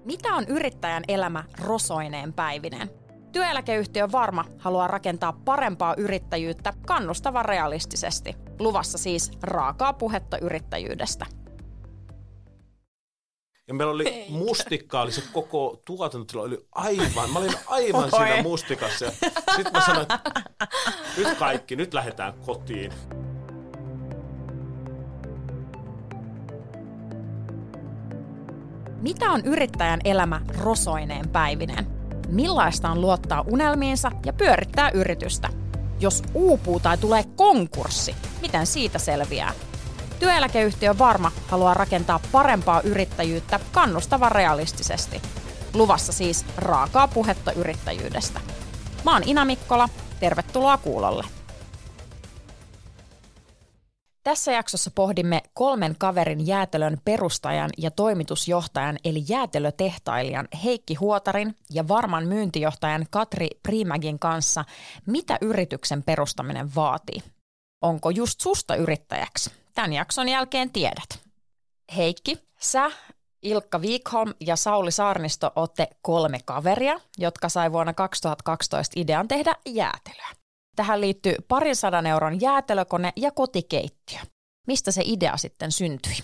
Mitä on yrittäjän elämä rosoineen päivineen? Työeläkeyhtiö Varma haluaa rakentaa parempaa yrittäjyyttä kannustavan realistisesti. Luvassa siis raakaa puhetta yrittäjyydestä. Ja meillä oli mustikkaa, oli se koko tuotantotila, oli aivan, mä olin aivan siinä mustikassa. Sitten mä sanoin, että nyt lähdetään kotiin. Mitä on yrittäjän elämä rosoineen päivineen? Millaista on luottaa unelmiinsa ja pyörittää yritystä? Jos uupuu tai tulee konkurssi, miten siitä selviää? Työeläkeyhtiö Varma haluaa rakentaa parempaa yrittäjyyttä kannustavan realistisesti. Luvassa siis raakaa puhetta yrittäjyydestä. Mä oon Ina Mikkola, tervetuloa kuulolle. Tässä jaksossa pohdimme 3 kaverin jäätelön perustajan ja toimitusjohtajan eli jäätelötehtailijan Heikki Huotarin ja Varman myyntijohtajan Katri Primägin kanssa, mitä yrityksen perustaminen vaatii. Onko just susta yrittäjäksi? Tämän jakson jälkeen tiedät. Heikki, sä, Ilkka Wikholm ja Sauli Saarnisto olette 3 kaveria, jotka sai vuonna 2012 idean tehdä jäätelöä. Tähän liittyy 200 euron jäätelökone ja kotikeittiö. Mistä se idea sitten syntyi?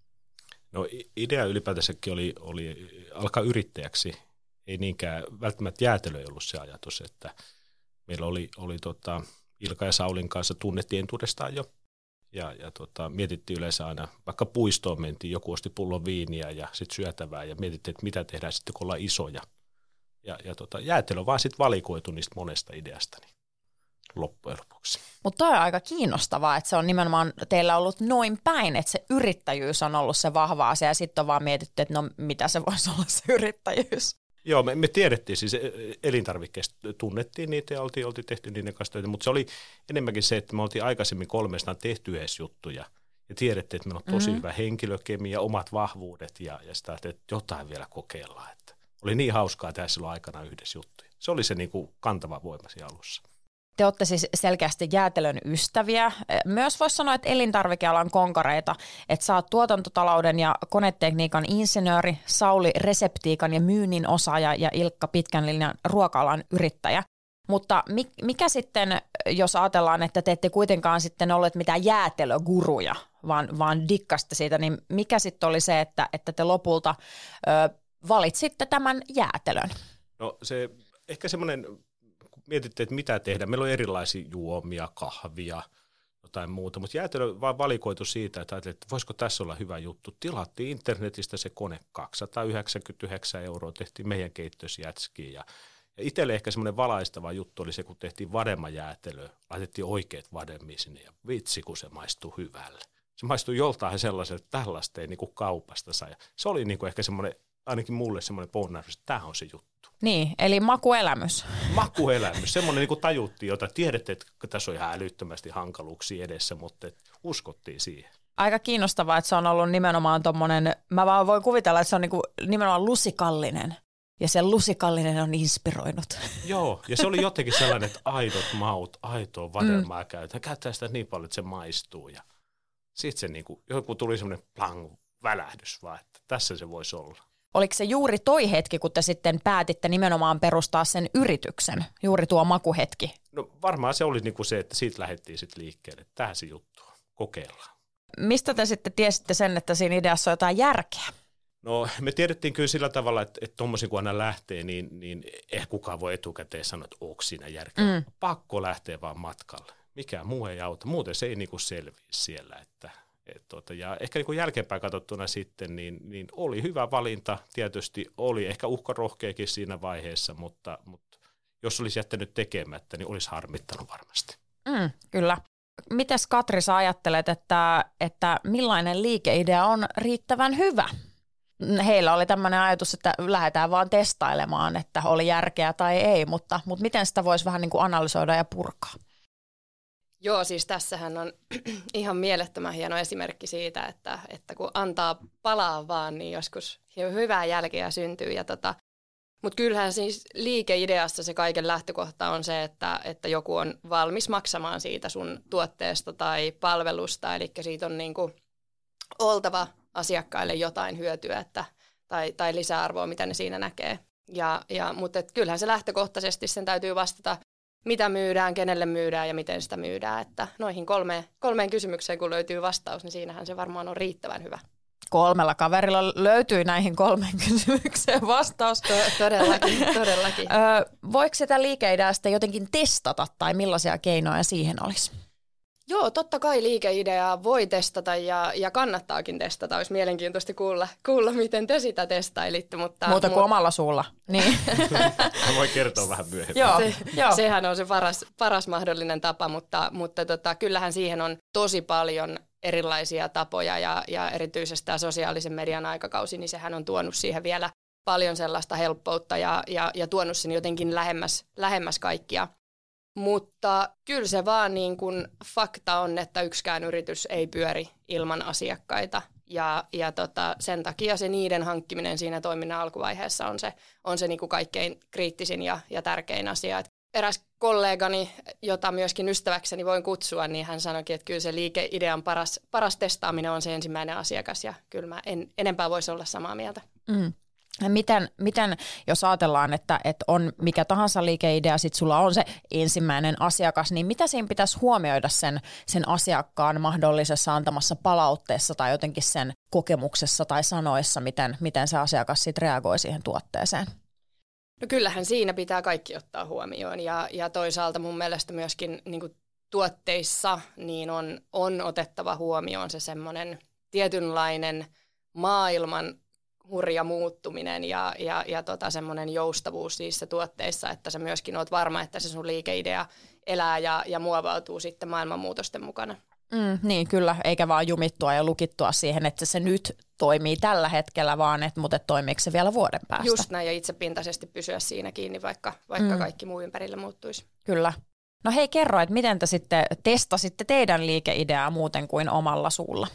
No idea ylipäätänsäkin oli alkaa yrittäjäksi. Ei niinkään, välttämättä jäätelö ei ollut se ajatus, että meillä oli Ilka ja Saulin kanssa tunnettiin entuudestaan jo. Ja mietittiin yleensä aina, vaikka puistoon mentiin, joku osti pullon viiniä ja sitten syötävää ja mietittiin, että mitä tehdään sitten, kun ollaan isoja. Ja jäätelö on vaan sitten valikoitu niistä monesta ideasta niin loppujen lopuksi. Mutta toi on aika kiinnostavaa, että se on nimenomaan teillä ollut noin päin, että se yrittäjyys on ollut se vahva asia ja sitten on vaan mietitty, että no mitä se voisi olla se yrittäjyys. Joo, me tiedettiin, siis elintarvikkeista tunnettiin niitä ja oltiin tehty niiden kanssa töitä, mutta se oli enemmänkin se, että me oltiin aikaisemmin 3 tehty yhdessä juttuja ja tiedettiin, että meillä on tosi hyvä henkilökemia, omat vahvuudet ja sitä, että jotain vielä kokeillaan. Että oli niin hauskaa tehdä silloin aikana yhdessä juttuja. Se oli se niin kuin kantava voima siinä alussa. Te olette siis selkeästi jäätelön ystäviä. Myös voisi sanoa, että elintarvikealan konkareita, että sä oot tuotantotalouden ja konetekniikan insinööri, Sauli reseptiikan ja myynnin osaaja ja Ilkka pitkän linjan ruoka-alan yrittäjä. Mutta mikä jos ajatellaan, että te ette kuitenkaan sitten olleet mitään jäätelöguruja, vaan dikkaste siitä, niin mikä sitten oli se, että te lopulta valitsitte tämän jäätelön? No se ehkä semmoinen, mietittiin, että mitä tehdä. Meillä on erilaisia juomia, kahvia, jotain muuta, mutta jäätelö vaan valikoitu siitä, että ajattelin, että voisiko tässä olla hyvä juttu. Tilattiin internetistä se kone 299 €, tehtiin meidän keittiösjätskiin ja itselle ehkä semmoinen valaistava juttu oli se, kun tehtiin vademajäätelöä, laitettiin oikeat vademmia sinne ja vitsi, kun se maistuu hyvälle. Se maistuu joltain sellaiselle, että tällaista ei niin kuin kaupasta saa. Ja se oli niin kuin ehkä semmoinen, ainakin mulle semmoinen ponnahduus, että tämä on se juttu. Niin, eli makuelämys. Makuelämys, semmoinen niin kuin tajuttiin, jota tiedettiin, että tässä on ihan älyttömästi hankaluuksia edessä, mutta uskottiin siihen. Aika kiinnostavaa, että se on ollut nimenomaan tommonen, mä vaan voin kuvitella, että se on niinku nimenomaan lusikallinen. Ja se lusikallinen on inspiroinut. Joo, ja se oli jotenkin sellainen, että aidot maut, aitoa vadelmaa käytetään sitä niin paljon, että se maistuu. Ja sitten se niinku, joku tuli semmoinen välähdys vaan, että tässä se voisi olla. Oliko se juuri toi hetki, kun te sitten päätitte nimenomaan perustaa sen yrityksen, juuri tuo makuhetki? No varmaan se oli niinku se, että siitä lähdettiin sitten liikkeelle, että tähän se juttu on, kokeillaan. Mistä te sitten tiesitte sen, että siinä ideassa on jotain järkeä? No me tiedettiin kyllä sillä tavalla, että tuommoisin kun aina lähtee, niin ehkä kukaan voi etukäteen sanoa, että onko siinä järkeä. Pakko lähteä vaan matkalle. Mikään muu ei auta. Muuten se ei niinku selviä siellä. Ja ehkä niinku jälkeenpäin katsottuna sitten, niin oli hyvä valinta. Tietysti oli ehkä uhkarohkeakin siinä vaiheessa, mutta jos olisi jättänyt tekemättä, niin olisi harmittanut varmasti. Kyllä. Mites Katri, sä ajattelet, että millainen liikeidea on riittävän hyvä? Heillä oli tämmöinen ajatus, että lähdetään vaan testailemaan, että oli järkeä tai ei, mutta miten sitä voisi vähän niin kuin analysoida ja purkaa? Joo, siis tässähän on ihan mielettömän hieno esimerkki siitä, että kun antaa palaa vaan, niin joskus hyvää jälkeä syntyy. Mutta kyllähän siis liikeideassa se kaiken lähtökohta on se, että joku on valmis maksamaan siitä sun tuotteesta tai palvelusta, eli siitä on niinku oltava asiakkaille jotain hyötyä, että tai lisäarvoa, mitä ne siinä näkee. Mutta kyllähän se lähtökohtaisesti sen täytyy vastata, mitä myydään, kenelle myydään ja miten sitä myydään. Että noihin kolmeen kysymykseen, kun löytyy vastaus, niin siinähän se varmaan on riittävän hyvä. 3 kaverilla löytyi näihin 3 kysymykseen vastaus. Todellakin. Voiko sitä liikeideaa sitten jotenkin testata tai millaisia keinoja siihen olisi? Joo, totta kai liikeideaa voi testata ja kannattaakin testata. Olisi mielenkiintoista kuulla miten te sitä testailitte. Muuta kuin omalla suulla. Niin. Mä voin kertoa vähän myöhemmin. Sehän on se paras mahdollinen tapa, mutta kyllähän siihen on tosi paljon erilaisia tapoja ja erityisesti tämä sosiaalisen median aikakausi, niin sehän on tuonut siihen vielä paljon sellaista helppoutta ja tuonut sen jotenkin lähemmäs kaikkia. Mutta kyllä se vaan niin kuin fakta on, että yksikään yritys ei pyöri ilman asiakkaita ja sen takia se niiden hankkiminen siinä toiminnan alkuvaiheessa on se niin kuin kaikkein kriittisin ja tärkein asia. Et eräs kollegani, jota myöskin ystäväkseni voin kutsua, niin hän sanoikin, että kyllä se liikeidean paras testaaminen on se ensimmäinen asiakas ja kyllä mä en enempää voisi olla samaa mieltä. Mm. Miten jos ajatellaan, että on mikä tahansa liikeidea, sitten sulla on se ensimmäinen asiakas, niin mitä siinä pitäisi huomioida sen asiakkaan mahdollisessa antamassa palautteessa tai jotenkin sen kokemuksessa tai sanoissa, miten se asiakas sitten reagoi siihen tuotteeseen? No kyllähän siinä pitää kaikki ottaa huomioon ja toisaalta mun mielestä myöskin niin kuin tuotteissa niin on otettava huomioon se semmoinen tietynlainen maailman hurja muuttuminen ja semmoinen joustavuus niissä tuotteissa, että sä myöskin oot varma, että se sun liikeidea elää ja muovautuu sitten maailmanmuutosten mukana. Niin kyllä, eikä vaan jumittua ja lukittua siihen, että se nyt toimii tällä hetkellä, mutta toimiiko se vielä vuoden päästä. Just näin, ja itsepintaisesti pysyä siinä kiinni, vaikka kaikki muu ympärillä muuttuisi. Kyllä. No hei, kerro, että miten te sitten testasitte teidän liikeideaa muuten kuin omalla suulla?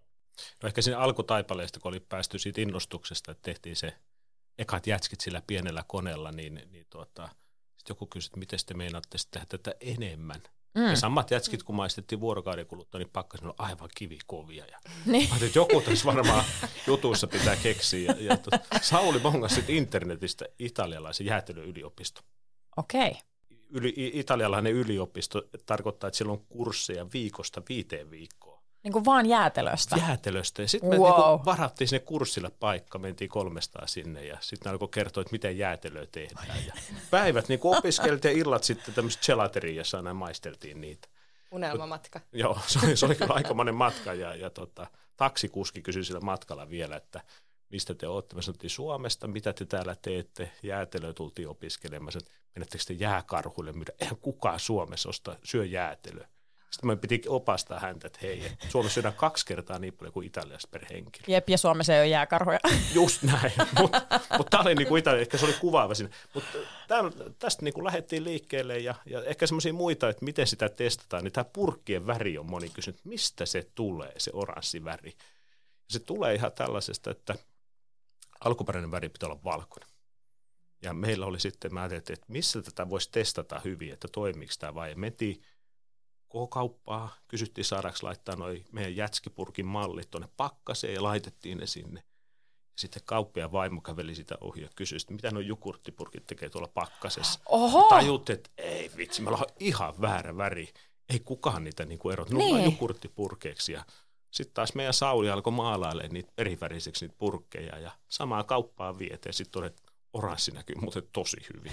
No ehkä siinä alkutaipaleesta, kun oli päästy siitä innostuksesta, että tehtiin se ekat jätskit sillä pienellä koneella, niin sitten joku kysyi, että miten te meinaatte tehdä tätä enemmän. Ja samat jätskit, kun maistettiin vuorokauden kuluttua, niin pakkasin on aivan kivikovia. Ja niin. Että joku tässä varmaan jutuissa pitää keksiä. Sauli bongasi sitten internetistä italialaisen jäätelöyliopisto. Okei. Italialainen yliopisto tarkoittaa, että siellä on kursseja viikosta 5 viikkoa. Niin kuin vaan jäätelöstä? Jäätelöstä. Ja sitten me niin varattiin sinne kurssille paikka, mentiin 300 sinne ja sitten alkoi kertoa, että miten jäätelöä tehdään. Ja päivät niin opiskeltiin ja illat sitten tämmöistä gelateriassa aina maisteltiin niitä. Unelmamatka. Joo, se oli kyllä aikamoinen matka ja taksikuski kysyi sillä matkalla vielä, että mistä te olette. Me sanottiin Suomesta, mitä te täällä teette. Jäätelöä tultiin opiskelemaan. Menettekö te jääkarhuille myydä? Eihän kukaan Suomessa syö jäätelöä. Sitten me piti opastaa häntä, että hei, Suomessa syödään 2 kertaa niin paljon kuin Italiassa per henkilö. Jep, ja Suomessa ei ole jääkarhuja. Just näin, mutta tämä oli niin kuin Italia, ehkä se oli kuvaava siinä. Mutta tästä niin kuin lähdettiin liikkeelle ja ehkä semmoisia muita, että miten sitä testataan, niin tämä purkkien väri on moni kysynyt, mistä se tulee, se oranssi väri. Ja se tulee ihan tällaisesta, että alkuperäinen väri pitää olla valkoinen. Ja meillä oli sitten, mä ajattelin, että missä tätä voisi testata hyvin, että toimiiko tämä vai. Mentiin K-kauppaa, kysyttiin saadaanko laittaa noi meidän jätskipurkin mallit tuonne pakkaseen ja laitettiin ne sinne. Sitten kauppiaan vaimo käveli sitä ohi ja kysyi, että mitä nuo jogurttipurkit tekee tuolla pakkasessa. Tajutti, että ei vitsi, meillä on ihan väärä väri. Ei kukaan niitä niinku erota. Ne on jogurttipurkeiksi. Ja sitten taas meidän Sauli alkoi maalailemaan niitä eriväriseksi niitä purkkeja ja samaa kauppaa vietiin. Sitten todettiin, oranssi näkyy muuten tosi hyvin.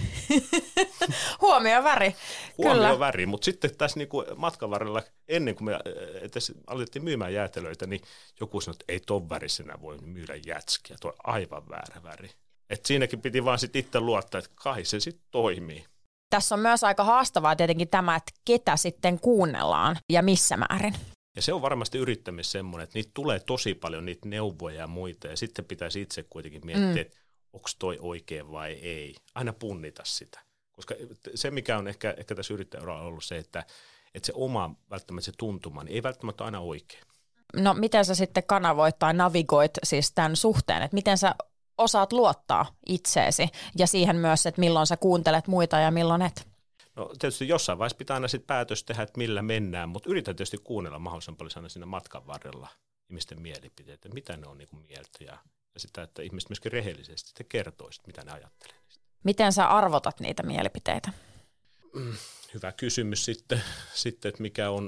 Huomio väri. Huomio väri, mutta sitten tässä niinku matkan varrella, ennen kuin me alettiin myymään jäätelöitä, niin joku sanoi, että ei ton värisenä voi myydä jätskiä, tuo on aivan väärä väri. Et siinäkin piti vaan sitten itse luottaa, että kai se sitten toimii. Tässä on myös aika haastavaa tietenkin tämä, että ketä sitten kuunnellaan ja missä määrin. Ja se on varmasti yrittämis semmoinen, että niitä tulee tosi paljon niitä neuvoja ja muita, ja sitten pitäisi itse kuitenkin miettiä, että onko toi oikein vai ei. Aina punnita sitä. Koska se, mikä on ehkä tässä yrittäjäuralla ollut se, että se oma välttämättä se tuntuma, niin ei välttämättä aina oikein. No miten sä sitten kanavoit tai navigoit siis tämän suhteen, että miten sä osaat luottaa itseesi ja siihen myös, että milloin sä kuuntelet muita ja milloin et? No tietysti jossain vaiheessa pitää aina sit päätös tehdä, että millä mennään, mutta yritän tietysti kuunnella mahdollisimman paljon aina siinä matkan varrella ihmisten mielipiteitä, mitä ne on niin kuin mieltä ja ja sitä, että ihmiset myöskin rehellisesti sitten kertoisivat, mitä ne ajattelee niistä. Miten sä arvotat niitä mielipiteitä? Hyvä kysymys sitten että mikä on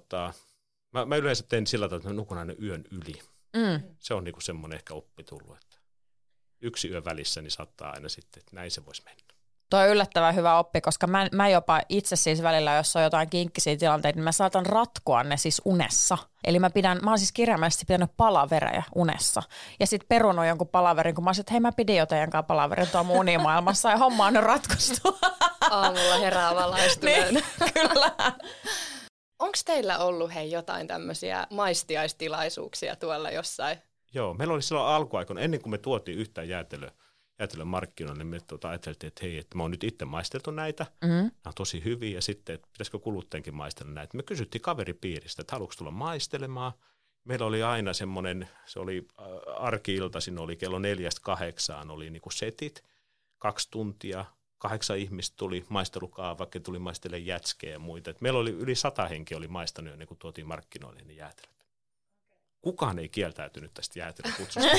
mä yleensä teen sillä tavalla, että mä nukun aina yön yli. Se on niinku semmoinen ehkä oppi tullut, että yksi yö välissä niin saattaa aina sitten, että näin se voisi mennä. Tuo on yllättävän hyvä oppi, koska mä jopa itse siis välillä, jos on jotain kinkkisiä tilanteita, niin mä saatan ratkoa ne siis unessa. Eli mä oon siis kirjaimellisesti pitänyt palavereja unessa. Ja sit perunut jonkun palaverin, kun mä olisin, että hei mä pidin jo teidän kanssa palaverin tuolla mun unimaailmassa ja homma on nyt ratkaistu. Aamulla herää valaistuneen. Niin, kyllä. Onko teillä ollut jotain tämmöisiä maistiaistilaisuuksia tuolla jossain? Joo, meillä oli silloin alkuaikoina, ennen kuin me tuotiin yhtään jäätelön markkinoille, niin me ajateltiin, että hei, että me on nyt itse maisteltu näitä, nämä on tosi hyviä, ja sitten, että pitäisikö kuluttajankin maistella näitä. Me kysyttiin kaveripiiristä, että haluatko tulla maistelemaan. Meillä oli aina semmoinen, se oli arki-iltaisin, oli kello 4-8, oli niinku setit, 2 tuntia, 8 ihmistä tuli maistelukaa, vaikka tuli maistelemaan jätskeä ja muita. Et meillä oli yli 100 henkeä oli maistanut jo, niin kun tuotiin markkinoille niin jäätelöt. Kukaan ei kieltäytynyt tästä jäätelökutsusta.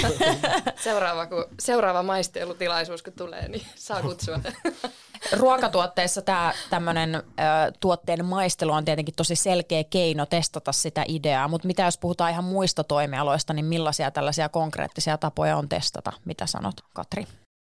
Seuraava maistelutilaisuus, kun tulee, niin saa kutsua. Ruokatuotteissa tämä tämmöinen tuotteen maistelu on tietenkin tosi selkeä keino testata sitä ideaa, mutta mitä jos puhutaan ihan muista toimialoista, niin millaisia tällaisia konkreettisia tapoja on testata? Mitä sanot, Katri?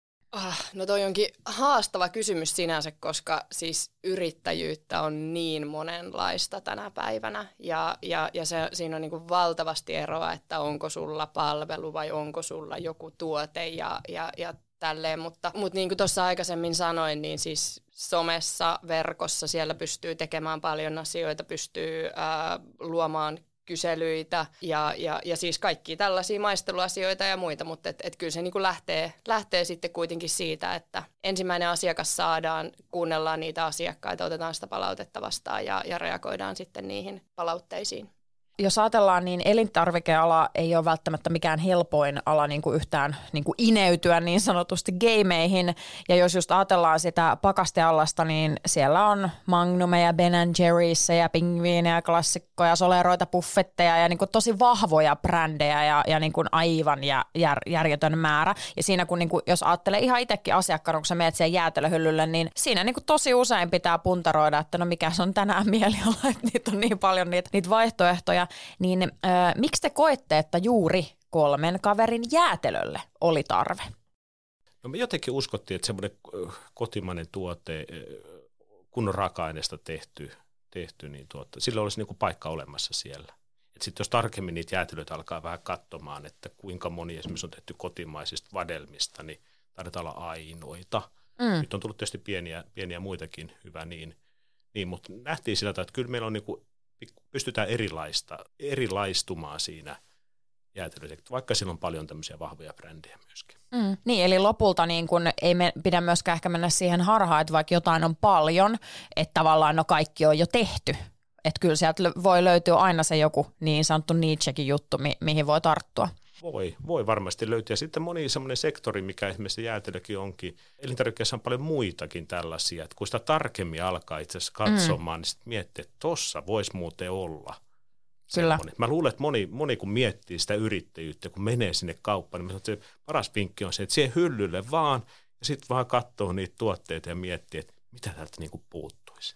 No toi onkin haastava kysymys sinänsä, koska siis yrittäjyyttä on niin monenlaista tänä päivänä ja siinä on niin kuin valtavasti eroa, että onko sulla palvelu vai onko sulla joku tuote ja tälleen, mutta niin kuin tuossa aikaisemmin sanoin, niin siis somessa, verkossa siellä pystyy tekemään paljon asioita, pystyy luomaan kyselyitä ja siis kaikkia tällaisia maisteluasioita ja muita, mutta et kyllä se niinku lähtee sitten kuitenkin siitä, että ensimmäinen asiakas saadaan, kuunnellaan niitä asiakkaita, otetaan sitä palautetta vastaan ja reagoidaan sitten niihin palautteisiin. Jos ajatellaan, niin elintarvikeala ei ole välttämättä mikään helpoin ala niin kuin yhtään niin kuin ineytyä niin sanotusti gameihin. Ja jos just ajatellaan sitä pakasteallasta, niin siellä on Magnumeja, Ben & Jerryssä ja pingviinejä, klassikkoja, soleroita, buffetteja ja niin kuin tosi vahvoja brändejä ja niin kuin aivan järjetön määrä. Ja siinä kun niin kuin, jos ajattelee ihan itsekin asiakkaana, kun sä menet siihen jäätelöhyllylle, niin siinä niin kuin tosi usein pitää puntaroida, että no mikä se on tänään mieliala, että niitä on niin paljon niitä vaihtoehtoja. Niin miksi te koette, että juuri 3 kaverin jäätelölle oli tarve? No me jotenkin uskottiin, että semmoinen kotimainen tuote, kunnon raaka-aineesta tehty niin sillä olisi niinku paikka olemassa siellä. Sitten jos tarkemmin niitä jäätelöitä alkaa vähän katsomaan, että kuinka moni esimerkiksi on tehty kotimaisista vadelmista, niin taidetaan olla ainoita. Nyt on tullut tietysti pieniä muitakin, hyvä niin mutta nähtiin sillä tavalla, että kyllä meillä on niinku pystytään erilaistumaan siinä jäätelösektorilla, vaikka siellä on paljon tämmöisiä vahvoja brändejä myöskin. Niin, eli lopulta niin kun ei pidä myöskään ehkä mennä siihen harhaan, että vaikka jotain on paljon, että tavallaan no kaikki on jo tehty. Että kyllä sieltä voi löytyä aina se joku niin sanottu nichekin juttu, mihin voi tarttua. Voi varmasti löytyä. Sitten moni semmoinen sektori, mikä esimerkiksi jäätelökin onkin, elintarvikkeessa on paljon muitakin tällaisia, että kun sitä tarkemmin alkaa itse asiassa katsomaan, niin sitten miettii, että tossa voisi muuten olla. Kyllä. Semmoinen. Mä luulen, että moni kun miettii sitä yrittäjyyttä, kun menee sinne kauppaan, niin se paras vinkki on se, että siihen hyllylle vaan, ja sitten vaan katsoo niitä tuotteita ja miettii, että mitä täältä niinku puuttuisi.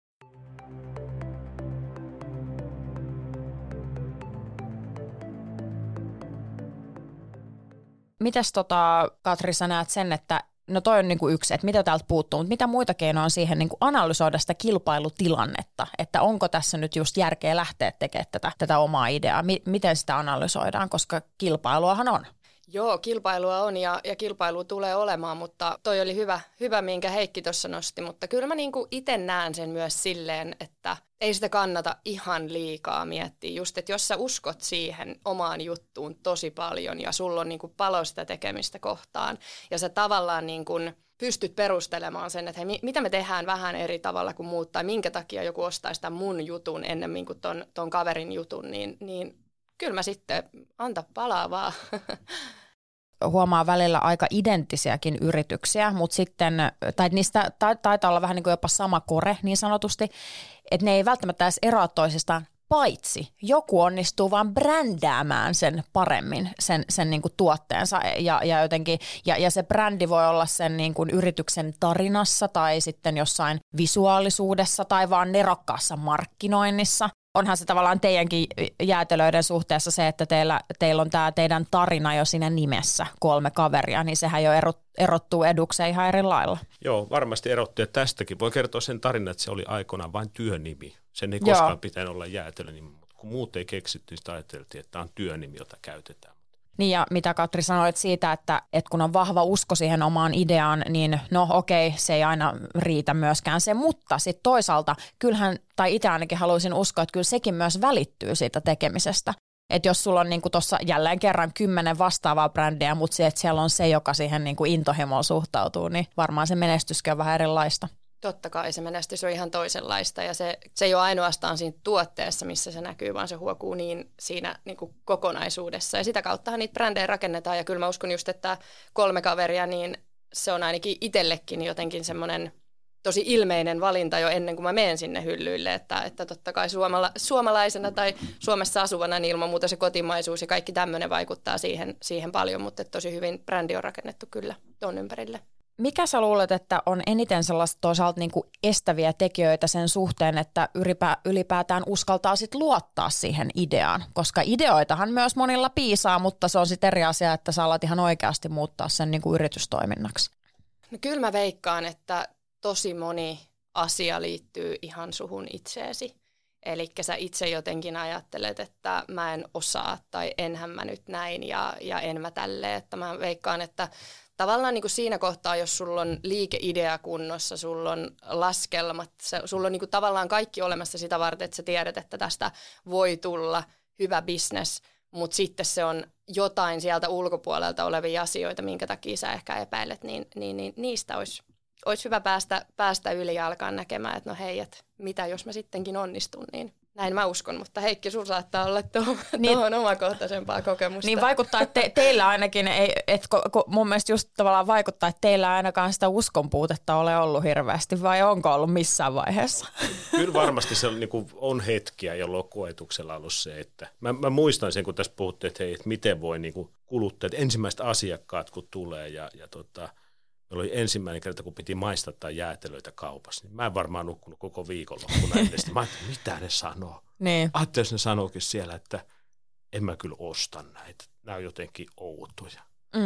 Mites Katri, sä näet sen, että no toi on niinku yksi, että mitä täältä puuttuu, mutta mitä muita keinoja on siihen niinku analysoida sitä kilpailutilannetta, että onko tässä nyt just järkeä lähteä tekemään tätä omaa ideaa, miten sitä analysoidaan, koska kilpailuahan on. Joo, kilpailua on ja kilpailua tulee olemaan, mutta toi oli hyvä minkä Heikki tuossa nosti, mutta kyllä mä niinku itse näen sen myös silleen, että ei sitä kannata ihan liikaa miettiä. Just, että jos sä uskot siihen omaan juttuun tosi paljon ja sulla on niinku palo sitä tekemistä kohtaan ja sä tavallaan niinku pystyt perustelemaan sen, että hei, mitä me tehdään vähän eri tavalla kuin muut tai minkä takia joku ostaa sitä mun jutun ennemmin kuin ton kaverin jutun, niin kyllä mä sitten anta palaa vaan. Huomaa välillä aika identtisiäkin yrityksiä, mutta sitten, tai niistä taitaa olla vähän niin kuin jopa sama kore niin sanotusti, että ne ei välttämättä edes eroa toisistaan paitsi joku onnistuu vaan brändäämään sen paremmin, sen niin kuin tuotteensa ja jotenkin, ja se brändi voi olla sen niin kuin yrityksen tarinassa tai sitten jossain visuaalisuudessa tai vaan nerokkaassa markkinoinnissa. Onhan se tavallaan teidänkin jäätelöiden suhteessa se, että teillä on tämä teidän tarina jo siinä nimessä, 3 kaveria, niin sehän jo erottuu edukseen ihan eri lailla. Joo, varmasti erottuu ja tästäkin voi kertoa sen tarinan, että se oli aikoinaan vain työnimi. Sen ei koskaan pitänyt olla jäätelönimi, mutta kun muut ei keksitty, niin sitä ajateltiin, että tämä on työnimi, jota käytetään. Niin ja mitä Katri sanoit siitä, että kun on vahva usko siihen omaan ideaan, niin no okei, se ei aina riitä myöskään se, mutta sitten toisaalta kyllähän, tai itse ainakin haluaisin uskoa, että kyllä sekin myös välittyy siitä tekemisestä. Että jos sulla on niinku tuossa jälleen kerran 10 vastaavaa brändiä, mutta se, että siellä on se, joka siihen niinku intohimoon suhtautuu, niin varmaan se menestyskin on vähän erilaista. Totta kai se menestys on ihan toisenlaista ja se ei ole ainoastaan siinä tuotteessa, missä se näkyy, vaan se huokuu niin siinä niin kuin kokonaisuudessa. Ja sitä kauttahan niitä brändejä rakennetaan ja kyllä mä uskon just, että 3 kaveria, niin se on ainakin itsellekin jotenkin semmoinen tosi ilmeinen valinta jo ennen kuin mä menen sinne hyllyille, että totta kai suomalaisena tai Suomessa asuvana niin ilman muuta se kotimaisuus ja kaikki tämmöinen vaikuttaa siihen paljon, mutta tosi hyvin brändi on rakennettu kyllä tuon ympärille. Mikä sä luulet, että on eniten sellaista toisaalta niin kuin estäviä tekijöitä sen suhteen, että ylipäätään uskaltaa sit luottaa siihen ideaan? Koska ideoitahan myös monilla piisaa, mutta se on sitten eri asia, että sä alat ihan oikeasti muuttaa sen niin kuin yritystoiminnaksi. No kyllä mä veikkaan, että tosi moni asia liittyy ihan suhun itseesi. Eli sä itse jotenkin ajattelet, että mä en osaa tai enhän mä nyt näin ja en mä tälleen. Että mä veikkaan, että tavallaan niin kuin siinä kohtaa, jos sulla on liikeidea kunnossa, sulla on laskelmat, sulla on niin kuin tavallaan kaikki olemassa sitä varten, että sä tiedät, että tästä voi tulla hyvä business, mutta sitten se on jotain sieltä ulkopuolelta olevia asioita, minkä takia sä ehkä epäilet, niin niistä olisi hyvä päästä yli ja alkaa näkemään, että no hei, että mitä jos mä sittenkin onnistun, niin näin mä uskon, mutta Heikki, sulla saattaa olla tuohon omakohtaisempaa kokemusta. Niin vaikuttaa, että teillä ainakin, mun mielestä just tavallaan vaikuttaa, että teillä ainakaan sitä uskonpuutetta ole ollut hirveästi, vai onko ollut missään vaiheessa? Kyllä varmasti se on hetkiä, jolloin koetuksella on ollut se, että mä muistan sen, kun tässä puhuttiin, että, hei, että miten voi kuluttajat, ensimmäiset asiakkaat kun tulee ja meillä oli ensimmäinen kerta, kun piti maistattaa jäätelöitä kaupassa, niin mä en varmaan nukkunut koko viikonloppuna edestä. Mä ajattelin, mitä ne sanoo. Niin. Ajattelin, jos ne sanookin siellä, että en mä kyllä osta näitä. Nämä on jotenkin outoja.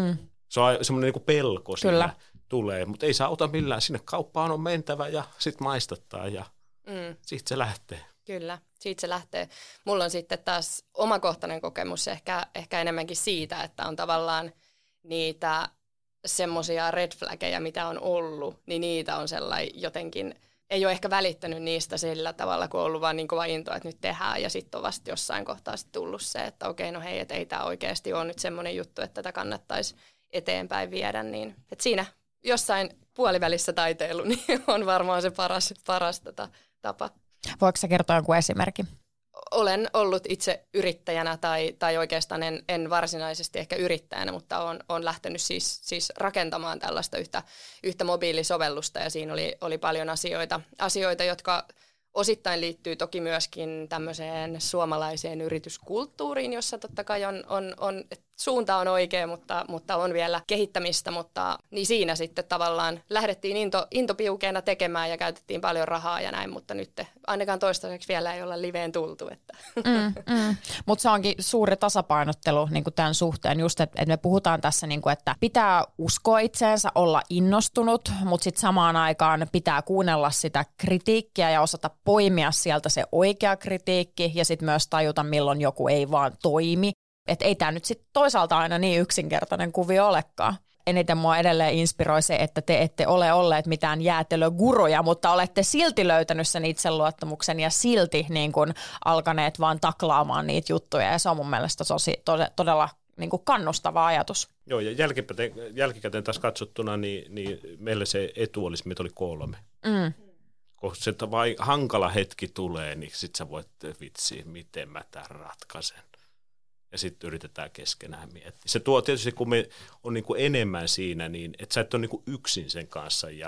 Se on semmoinen pelko siinä tulee, mutta ei saa ota millään. Sinne kauppaan on mentävä ja sitten maistattaa ja siitä se lähtee. Kyllä, siitä se lähtee. Mulla on sitten taas omakohtainen kokemus ehkä enemmänkin siitä, että on tavallaan niitä semmoisia red flaggeja, mitä on ollut, niin niitä on sellainen jotenkin, ei ole ehkä välittänyt niistä sillä tavalla, kun on ollut vaan niin kova into, että nyt tehdään, ja sitten on vasta jossain kohtaa sitten tullut se, että okei, no hei, että ei tämä oikeasti ole nyt semmoinen juttu, että tätä kannattaisi eteenpäin viedä, niin että siinä jossain puolivälissä taiteilu niin on varmaan se paras tapa. Voiko sä kertoa jonkun esimerkin? Olen ollut itse yrittäjänä tai oikeastaan en varsinaisesti ehkä yrittäjänä, mutta olen lähtenyt siis rakentamaan tällaista yhtä mobiilisovellusta ja siinä oli paljon asioita, jotka osittain liittyy toki myöskin tämmöiseen suomalaiseen yrityskulttuuriin, jossa totta kai on suunta on oikea, mutta on vielä kehittämistä, mutta niin siinä sitten tavallaan lähdettiin intopiukeena tekemään ja käytettiin paljon rahaa ja näin, mutta nyt ainakaan toistaiseksi vielä ei olla liveen tultu. Mutta se onkin suuri tasapainottelu niin kuin tämän suhteen, just että me puhutaan tässä, niin kuin, että pitää uskoa itseensä, olla innostunut, mutta sitten samaan aikaan pitää kuunnella sitä kritiikkiä ja osata poimia sieltä se oikea kritiikki ja sitten myös tajuta, milloin joku ei vaan toimi. Että ei tämä nyt sitten toisaalta aina niin yksinkertainen kuvio olekaan. Eniten mua edelleen inspiroi se, että te ette ole olleet mitään jäätelöguruja, mutta olette silti löytänyt sen itseluottamuksen ja silti niin kun alkaneet vaan taklaamaan niitä juttuja. Ja se on mun mielestä todella niin kun kannustava ajatus. Joo, ja jälkikäteen taas katsottuna, niin meillä se etu olisi, meitä oli 3. Kun se hankala hetki tulee, niin sitten sä voit vitsiä, miten mä tämän ratkaisen. Ja sitten yritetään keskenään miettiä. Se tuo tietysti, kun me on niin kuin enemmän siinä, niin että sä et ole niin kuin yksin sen kanssa. Ja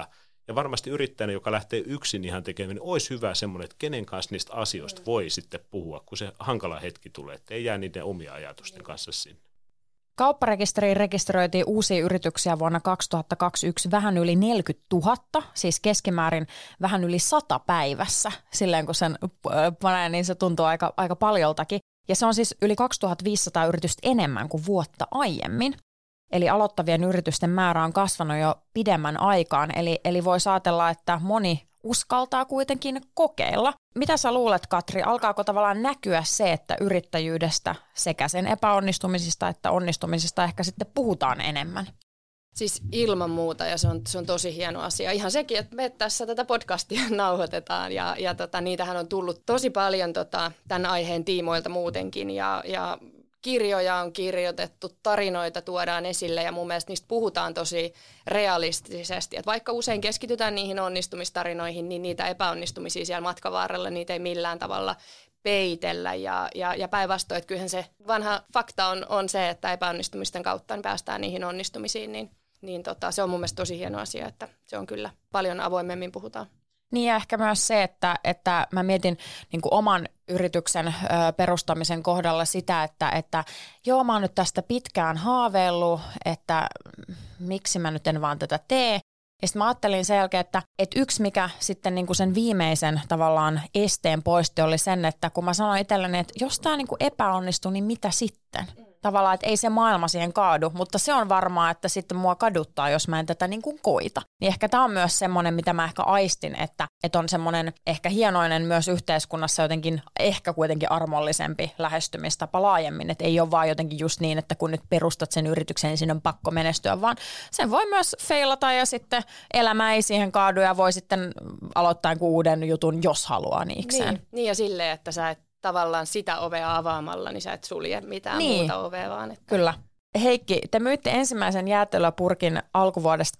Ja varmasti yrittäjänä, joka lähtee yksin ihan tekemään, niin olisi hyvä semmoinen, että kenen kanssa niistä asioista voi sitten puhua, kun se hankala hetki tulee, että ei jää niiden omia ajatusten kanssa sinne. Kaupparekisteriin rekisteröitiin uusia yrityksiä vuonna 2021 vähän yli 40 000, siis keskimäärin vähän yli 100 päivässä. Silleen kun sen panee, niin se tuntuu aika paljoltakin. Ja se on siis yli 2500 yritystä enemmän kuin vuotta aiemmin. Eli aloittavien yritysten määrä on kasvanut jo pidemmän aikaan, eli voi ajatella, että moni uskaltaa kuitenkin kokeilla. Mitä sä luulet, Katri, alkaako tavallaan näkyä se, että yrittäjyydestä sekä sen epäonnistumisista että onnistumisista ehkä sitten puhutaan enemmän? Siis ilman muuta, ja se on tosi hieno asia. Ihan sekin, että me tässä tätä podcastia nauhoitetaan, ja niitähän on tullut tosi paljon tämän aiheen tiimoilta muutenkin, ja kirjoja on kirjoitettu, tarinoita tuodaan esille ja mun mielestä niistä puhutaan tosi realistisesti. Et vaikka usein keskitytään niihin onnistumistarinoihin, niin niitä epäonnistumisia siellä matkan varrella, niitä ei millään tavalla peitellä. Ja päinvastoin, että kyllähän se vanha fakta on se, että epäonnistumisten kautta niin päästään niihin onnistumisiin, niin se on mun mielestä tosi hieno asia, että se on kyllä paljon avoimemmin puhutaan. Niin ja ehkä myös se, että mä mietin niin kuin oman yrityksen perustamisen kohdalla sitä, että joo mä oon nyt tästä pitkään haaveillut, että miksi mä nyt en vaan tätä tee. Ja sitten mä ajattelin sen jälkeen, että yksi mikä sitten niin kuin sen viimeisen tavallaan esteen poisti oli sen, että kun mä sanoin itselleni, että jos tää niin kuin epäonnistuu, niin mitä sitten? Tavallaan, että ei se maailma siihen kaadu, mutta se on varmaa, että sitten mua kaduttaa, jos mä en tätä niin kuin koita. Niin ehkä tämä on myös semmoinen, mitä mä ehkä aistin, että on semmoinen ehkä hienoinen myös yhteiskunnassa jotenkin ehkä kuitenkin armollisempi lähestymistapa laajemmin. Että ei ole vaan jotenkin just niin, että kun nyt perustat sen yrityksen, niin siinä on pakko menestyä, vaan sen voi myös feilata ja sitten elämä ei siihen kaadu ja voi sitten aloittaa uuden jutun, jos haluaa niikseen. Niin ja silleen, että sä et tavallaan sitä ovea avaamalla, niin sä et sulje mitään muuta ovea vaan. Että... Kyllä. Heikki, te myitte ensimmäisen jäätelöpurkin alkuvuodesta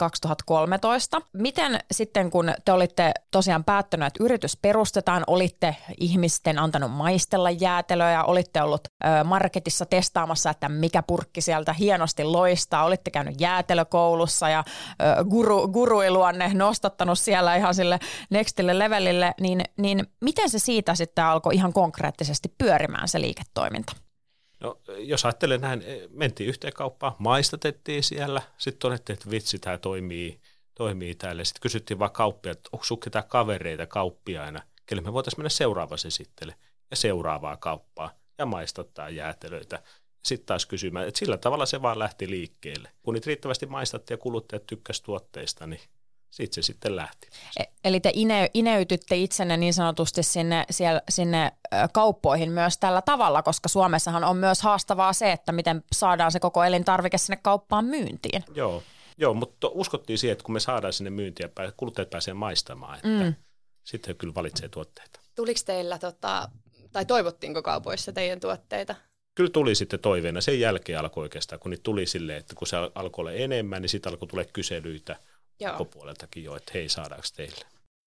2013. Miten sitten, kun te olitte tosiaan päättäneet, että yritys perustetaan, olitte ihmisten antanut maistella jäätelöä ja olitte ollut marketissa testaamassa, että mikä purkki sieltä hienosti loistaa, olitte käynyt jäätelökoulussa ja guruiluanne nostattanut siellä ihan sille nextille levelille, niin miten se siitä sitten alkoi ihan konkreettisesti pyörimään se liiketoiminta? No, jos ajattelee näin, mentiin yhteen kauppaan, maistatettiin siellä, sitten todettiin, että vitsi, tämä toimii täällä. Sitten kysyttiin vaan kauppia, että onko sinulla ketään kavereita kauppiaina, kelle me voitaisiin mennä seuraavassa esittele ja seuraavaa kauppaa ja maistattaa jäätelöitä. Sitten taas kysymään, että sillä tavalla se vaan lähti liikkeelle. Kun niitä riittävästi maistattiin ja kuluttajat tykkäsivät tuotteista, niin siitä se sitten lähti. Eli te ineytytte itsenne niin sanotusti sinne kauppoihin myös tällä tavalla, koska Suomessahan on myös haastavaa se, että miten saadaan se koko elintarvike sinne kauppaan myyntiin. Joo, mutta uskottiin siihen, että kun me saadaan sinne myyntiä, kuluttajat pääsee maistamaan, että sitten he kyllä valitsee tuotteita. Tuliko teillä, tai toivottiinko kaupoissa teidän tuotteita? Kyllä tuli sitten toiveena. Sen jälkeen alkoi oikeastaan, kun niitä tuli silleen, että kun se alkoi olla enemmän, niin sitten alkoi tulla kyselyitä ulkopuoleltakin jo, että hei, saadaanko teille.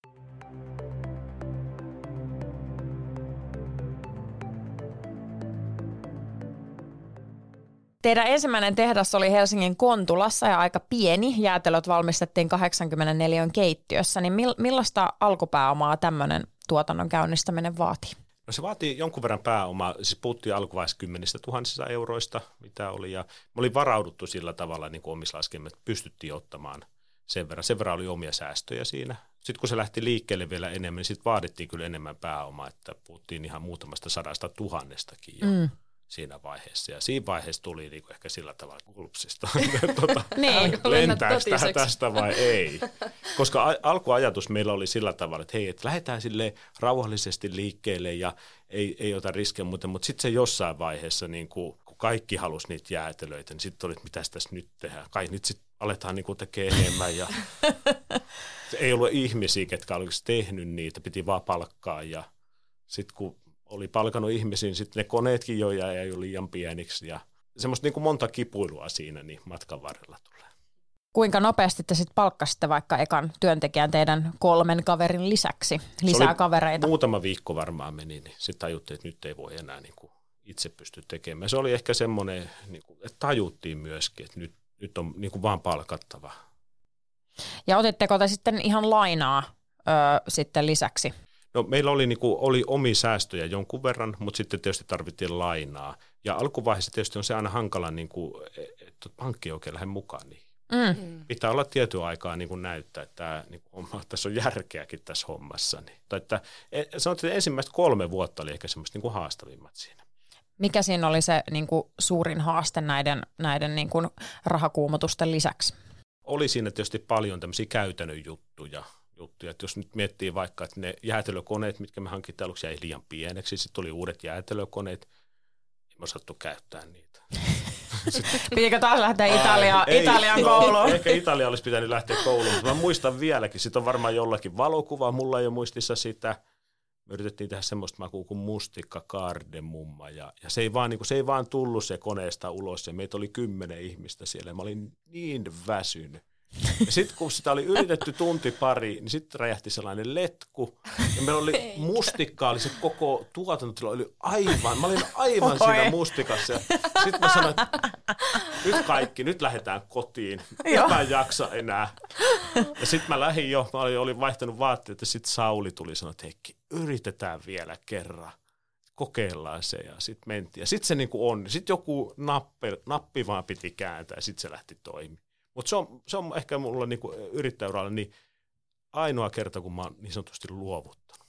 Teidän ensimmäinen tehdas oli Helsingin Kontulassa ja aika pieni. Jäätelöt valmistettiin 84 keittiössä. Niin millaista alkupääomaa tämmöinen tuotannon käynnistäminen vaatii? No se vaatii jonkun verran pääomaa, siis puhuttiin alkuvaiheessa 10 000 euroista, mitä oli, ja me oli varauduttu sillä tavalla niin kuin omissa laskelmissa, että pystyttiin ottamaan sen verran oli omia säästöjä siinä. Sitten kun se lähti liikkeelle vielä enemmän, niin sitten vaadittiin kyllä enemmän pääomaa, että puhuttiin ihan muutamasta 100 000:stakin jo siinä vaiheessa. Ja siinä vaiheessa tuli niin ehkä sillä tavalla kulpsista, lentääkö tästä vai ei. Koska alkuajatus meillä oli sillä tavalla, että hei, että lähdetään silleen rauhallisesti liikkeelle ja ei ota riskejä, mutta sitten se jossain vaiheessa, niin kun kaikki halusi niitä jäätelöitä, niin sitten oli, että mitäs tässä nyt tehdään. Kai nyt sitten aletaan niin tekemään enemmän ja ei ollut ihmisiä, ketkä olisi tehnyt niitä, piti vaan palkkaa ja sitten kun oli palkannut ihmisiä, niin sitten ne koneetkin jo jäi jo liian pieniksi ja semmoista niin kuin monta kipuilua siinä niin matkan varrella tulee. Kuinka nopeasti te sitten palkkasitte vaikka ekan työntekijän teidän 3 kaverin lisäksi lisää kavereita? Muutama viikko varmaan meni, niin sitten tajuttiin, että nyt ei voi enää niin kuin itse pysty tekemään. Se oli ehkä semmoinen, niin kuin, että tajuttiin myöskin, että nyt on niin kuin vaan palkattava. Ja otitteko te sitten ihan lainaa sitten lisäksi? No meillä oli omia säästöjä jonkun verran, mutta sitten tietysti tarvittiin lainaa. Ja alkuvaiheessa tietysti on se aina hankala, että pankki ei oikein lähde mukaan niihin. Pitää olla tietyn aikaa näyttää, että tässä on järkeäkin tässä hommassa. Sanotaan, että ensimmäiset 3 vuotta oli ehkä semmoista haastavimmat siinä. Mikä siinä oli se suurin haaste näiden rahakuumotusten lisäksi? Oli siinä tietysti paljon tämmöisiä käytännön juttuja. Että jos nyt miettii vaikka, että ne jäätelökoneet, mitkä me hankittiin aluksi, jäi liian pieneksi, sitten tuli uudet jäätelökoneet, ei me osattu käyttää niitä. Pitikö taas lähteä Italian kouluun? Ehkä Italia olisi pitänyt lähteä kouluun, mutta mä muistan vieläkin, sitten on varmaan jollakin valokuva, mulla ei ole muistissa sitä. Me yritettiin tehdä semmoista makua kuin mustikka, kardemumma ja se ei vaan tullut se koneesta ulos ja meitä oli 10 ihmistä siellä ja mä olin niin väsynyt. Ja sitten kun sitä oli yritetty tunti pari, niin sitten räjähti sellainen letku. Ja meillä oli mustikkaa, oli se koko tuotantotila, mä olin aivan siinä mustikassa. Sitten mä sanoin, että nyt lähdetään kotiin, mä en jaksa enää. Ja sitten mä lähdin jo, mä olin vaihtanut vaatteet ja sitten Sauli tuli ja sanoi, että Heikki, yritetään vielä kerran. Kokeillaan se ja sitten mentiin. Ja sitten se onni. Sitten joku nappi vaan piti kääntää ja sitten se lähti toimimaan. Mutta se on ehkä mulla yrittäjäuralla niin ainoa kerta, kun mä oon niin sanotusti luovuttanut.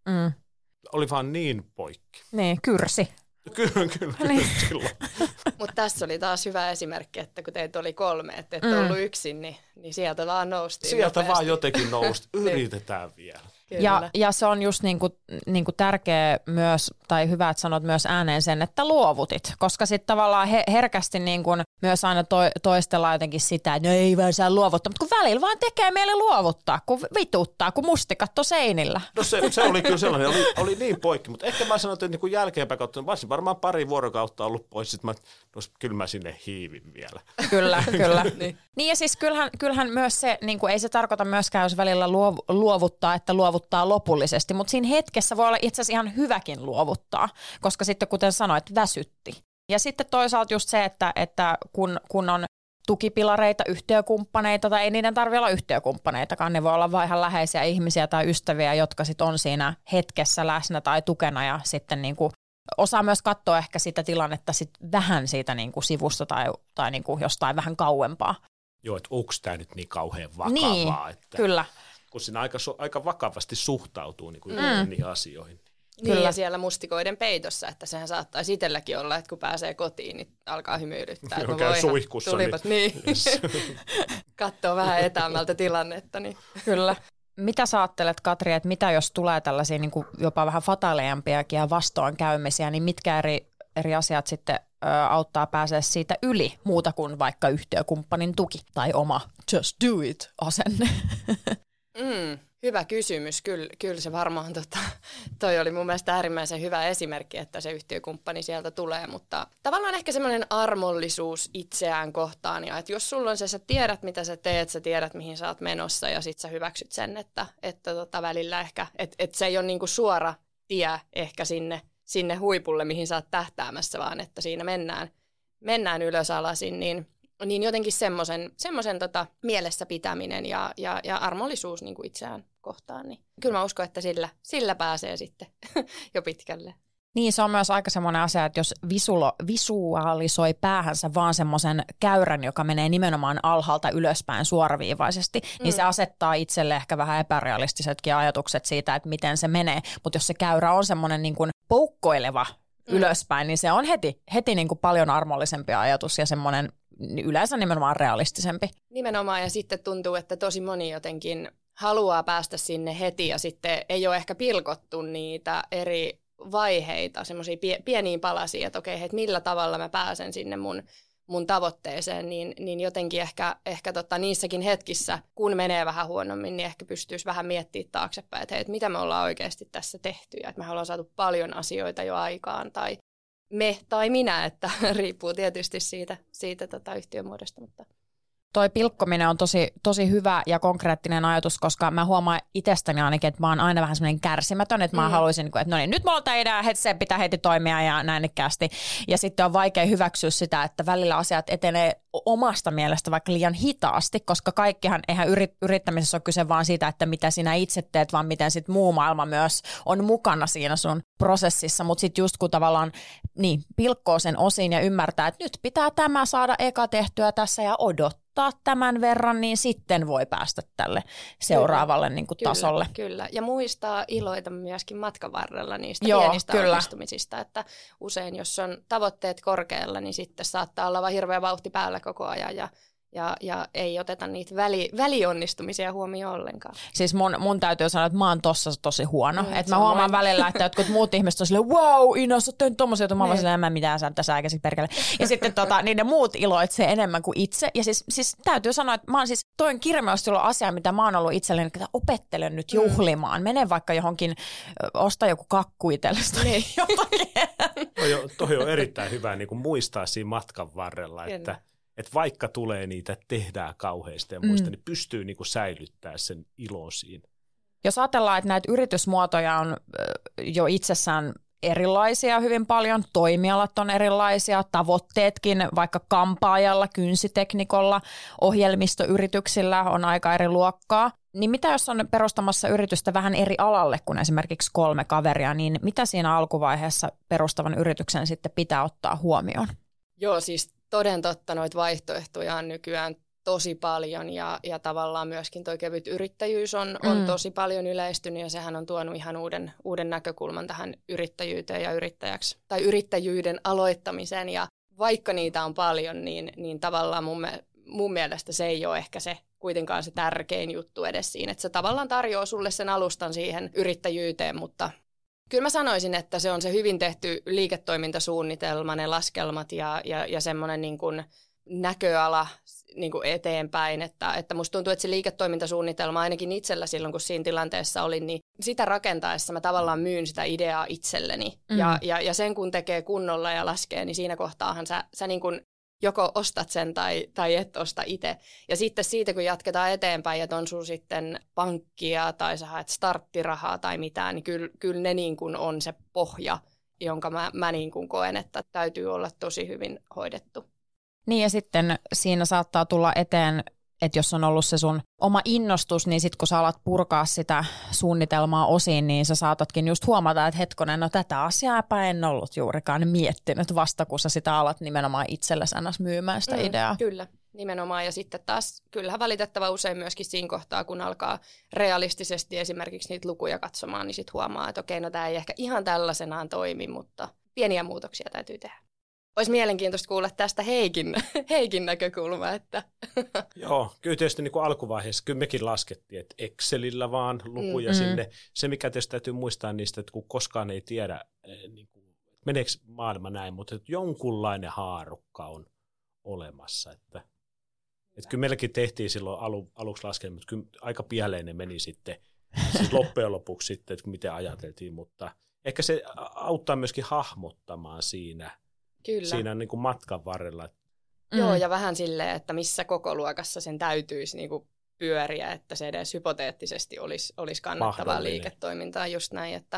Oli vaan niin poikki. Niin, kyrsi. Kyllä, niin. Silloin. Mutta tässä oli taas hyvä esimerkki, että kun teitä oli 3, että et ollut yksin, niin sieltä vaan noustiin. Sieltä nopeasti. Vaan jotenkin nousti. Yritetään vielä. Ja se on just niinku tärkeä myös, tai hyvä, että sanot myös ääneen sen, että luovutit. Koska sitten tavallaan herkästi myös aina toistellaan jotenkin sitä, että no ei vaan saa luovuttaa. Mutta kun välillä vaan tekee mieli luovuttaa, kun vituttaa, kun mustikat on seinillä. No se oli kyllä sellainen, oli niin poikki. Mutta ehkä mä sanoin, että jälkeenpäin kautta, varmaan pari vuorokautta ollut pois. Sitten kyllä mä sinne hiivin vielä. Kyllä. Niin ja siis kyllähän myös se, ei se tarkoita myöskään, jos välillä luovuttaa, että luovuttaa lopullisesti, mutta siinä hetkessä voi olla itse asiassa ihan hyväkin luovuttaa, koska sitten kuten sanoit, väsytti. Ja sitten toisaalta just se, että kun on tukipilareita, yhtiökumppaneita, tai ei niiden tarvitse olla yhtiökumppaneitakaan, ne voi olla vaan ihan läheisiä ihmisiä tai ystäviä, jotka sitten on siinä hetkessä läsnä tai tukena ja sitten osaa myös katsoa ehkä sitä tilannetta sit vähän siitä sivusta tai jostain vähän kauempaa. Joo, että onko tämä nyt niin kauhean vakavaa? Niin, että kyllä. Kun siinä aika vakavasti suhtautuu niihin asioihin. Niin, ja siellä mustikoiden peitossa, että sehän saattaisi itselläkin olla, että kun pääsee kotiin, niin alkaa hymyilyttää. Joo, käy suihkussa. Tulipas, niin. Yes. Katsoo vähän etäämältä tilannetta. Niin. Kyllä. Mitä sä ajattelet, Katri, että mitä jos tulee tällaisia jopa vähän fataaleampiakin vastoinkäymisiä, niin mitkä eri asiat sitten auttaa pääsee siitä yli muuta kuin vaikka yhtiökumppanin tuki tai oma just do it -asenne? Hyvä kysymys. Kyllä se varmaan, toi oli mun mielestä äärimmäisen hyvä esimerkki, että se yhtiökumppani sieltä tulee, mutta tavallaan ehkä semmoinen armollisuus itseään kohtaan, ja että jos sulla on se, sä tiedät mitä sä teet, sä tiedät mihin sä oot menossa, ja sit sä hyväksyt sen, että välillä ehkä, että se ei ole suora tie ehkä sinne huipulle, mihin sä oot tähtäämässä, vaan että siinä mennään ylös alasin, niin jotenkin semmoisen mielessä pitäminen ja armollisuus itseään kohtaan, niin kyllä mä uskon, että sillä pääsee sitten jo pitkälle. Niin, se on myös aika semmoinen asia, että jos visualisoi päähänsä vaan semmoisen käyrän, joka menee nimenomaan alhaalta ylöspäin suoraviivaisesti, niin se asettaa itselle ehkä vähän epärealistisetkin ajatukset siitä, että miten se menee. Mutta jos se käyrä on semmoinen poukkoileva ylöspäin, niin se on heti paljon armollisempi ajatus ja semmoinen yleensä nimenomaan realistisempi. Nimenomaan, ja sitten tuntuu, että tosi moni jotenkin haluaa päästä sinne heti ja sitten ei ole ehkä pilkottu niitä eri vaiheita, semmoisia pieniin palasiin, että okei, että millä tavalla mä pääsen sinne mun tavoitteeseen, niin jotenkin ehkä niissäkin hetkissä, kun menee vähän huonommin, niin ehkä pystyisi vähän miettimään taaksepäin, että hei, mitä me ollaan oikeasti tässä tehty, ja että me ollaan saatu paljon asioita jo aikaan, tai me tai minä, että riippuu tietysti siitä yhtiömuodosta. Mutta. Toi pilkkominen on tosi hyvä ja konkreettinen ajatus, koska mä huomaan itsestäni ainakin, että mä oon aina vähän semmoinen kärsimätön, että mä haluaisin, että no niin, nyt mulla on tämä idea, että se pitää heti toimia ja näinnikkäästi. Ja sitten on vaikea hyväksyä sitä, että välillä asiat etenee omasta mielestä vaikka liian hitaasti, koska kaikkihan, eihän yrittämisessä ole kyse vaan siitä, että mitä sinä itse teet, vaan miten sit muu maailma myös on mukana siinä sun prosessissa, mutta sitten just kun tavallaan pilkkoo sen osiin ja ymmärtää, että nyt pitää tämä saada eka tehtyä tässä ja odottaa tämän verran, niin sitten voi päästä tälle seuraavalle niin kuin tasolle. Kyllä, ja muistaa iloita myöskin matkan varrella niistä pienistä onnistumisista, että usein jos on tavoitteet korkealla, niin sitten saattaa olla vaan hirveä vauhti päällä koko ajan ja ei oteta niitä välionnistumisia huomioon ollenkaan. Siis mun täytyy sanoa, että mä oon tossa tosi huono. Että mä huomaan välillä, että jotkut muut ihmiset on silleen, wow, Ina, sä oot tehnyt tommosia, että mä oon silleen, en mä mitään sä tässä äikäsi perkele. Ja sitten niin ne muut iloitsee enemmän kuin itse. Ja siis täytyy sanoa, että mä oon siis, toi on kirjaimellisesti ollut asia, mitä mä oon ollut itselleni, että opettelen nyt juhlimaan. Mene vaikka johonkin, osta joku kakku itsellesi tai jotakin. Toi on erittäin hyvä niin kuin muistaa siinä matkan varrella, että vaikka tulee niitä, tehdään kauheasti ja muista, niin pystyy niin kuin säilyttämään sen ilon siinä. Jos ajatellaan, että näitä yritysmuotoja on jo itsessään erilaisia hyvin paljon, toimialat on erilaisia, tavoitteetkin vaikka kampaajalla, kynsiteknikolla, ohjelmistoyrityksillä on aika eri luokkaa. Niin mitä jos on perustamassa yritystä vähän eri alalle kuin esimerkiksi 3 kaveria, niin mitä siinä alkuvaiheessa perustavan yrityksen sitten pitää ottaa huomioon? Joo, siis toden totta noita vaihtoehtoja on nykyään tosi paljon ja tavallaan myöskin tuo kevyt yrittäjyys on tosi paljon yleistynyt ja sehän on tuonut ihan uuden näkökulman tähän yrittäjyyteen ja yrittäjäksi tai yrittäjyyden aloittamiseen ja vaikka niitä on paljon, niin tavallaan mun mielestä se ei ole ehkä se kuitenkaan se tärkein juttu edes siinä, että se tavallaan tarjoaa sulle sen alustan siihen yrittäjyyteen, mutta kyllä mä sanoisin, että se on se hyvin tehty liiketoimintasuunnitelma, ne laskelmat ja semmoinen niin kuin näköala niin kuin eteenpäin, että musta tuntuu, että se liiketoimintasuunnitelma ainakin itsellä silloin, kun siinä tilanteessa olin, niin sitä rakentaessa mä tavallaan myyn sitä ideaa itselleni ja sen kun tekee kunnolla ja laskee, niin siinä kohtaahan sä niin kuin joko ostat sen tai et osta itse. Ja sitten siitä, kun jatketaan eteenpäin, että on sun sitten pankkia tai sä haet starttirahaa tai mitään, niin kyllä ne niin kuin on se pohja, jonka mä niin kuin koen, että täytyy olla tosi hyvin hoidettu. Niin ja sitten siinä saattaa tulla eteen, että jos on ollut se sun oma innostus, niin sitten kun sä alat purkaa sitä suunnitelmaa osiin, niin sä saatatkin just huomata, että hetkonen, no tätä asiaa en ollut juurikaan miettinyt vasta, kun sä sitä alat nimenomaan itsellesi myymään sitä ideaa. Kyllä, nimenomaan. Ja sitten taas kyllähän valitettava usein myöskin siinä kohtaa, kun alkaa realistisesti esimerkiksi niitä lukuja katsomaan, niin sitten huomaa, että okei, no tämä ei ehkä ihan tällaisenaan toimi, mutta pieniä muutoksia täytyy tehdä. Olisi mielenkiintoista kuulla tästä Heikin näkökulma. Että. Joo, kyllä tietysti niin kuin alkuvaiheessa kyllä mekin laskettiin, että Excelillä vaan lukuja sinne. Se, mikä tietysti täytyy muistaa niistä, että kun koskaan ei tiedä, niin kuin, meneekö maailma näin, mutta että jonkunlainen haarukka on olemassa. Että kyllä meilläkin tehtiin silloin aluksi laskelmat, mutta kyllä aika pieleen ne meni sitten siis loppujen lopuksi sitten, että miten ajateltiin, mutta ehkä se auttaa myöskin hahmottamaan siinä niin kuin matkan varrella. Joo, ja vähän silleen, että missä kokoluokassa sen täytyisi niin kuin pyöriä, että se edes hypoteettisesti olisi kannattavaa liiketoimintaa. Just näin, että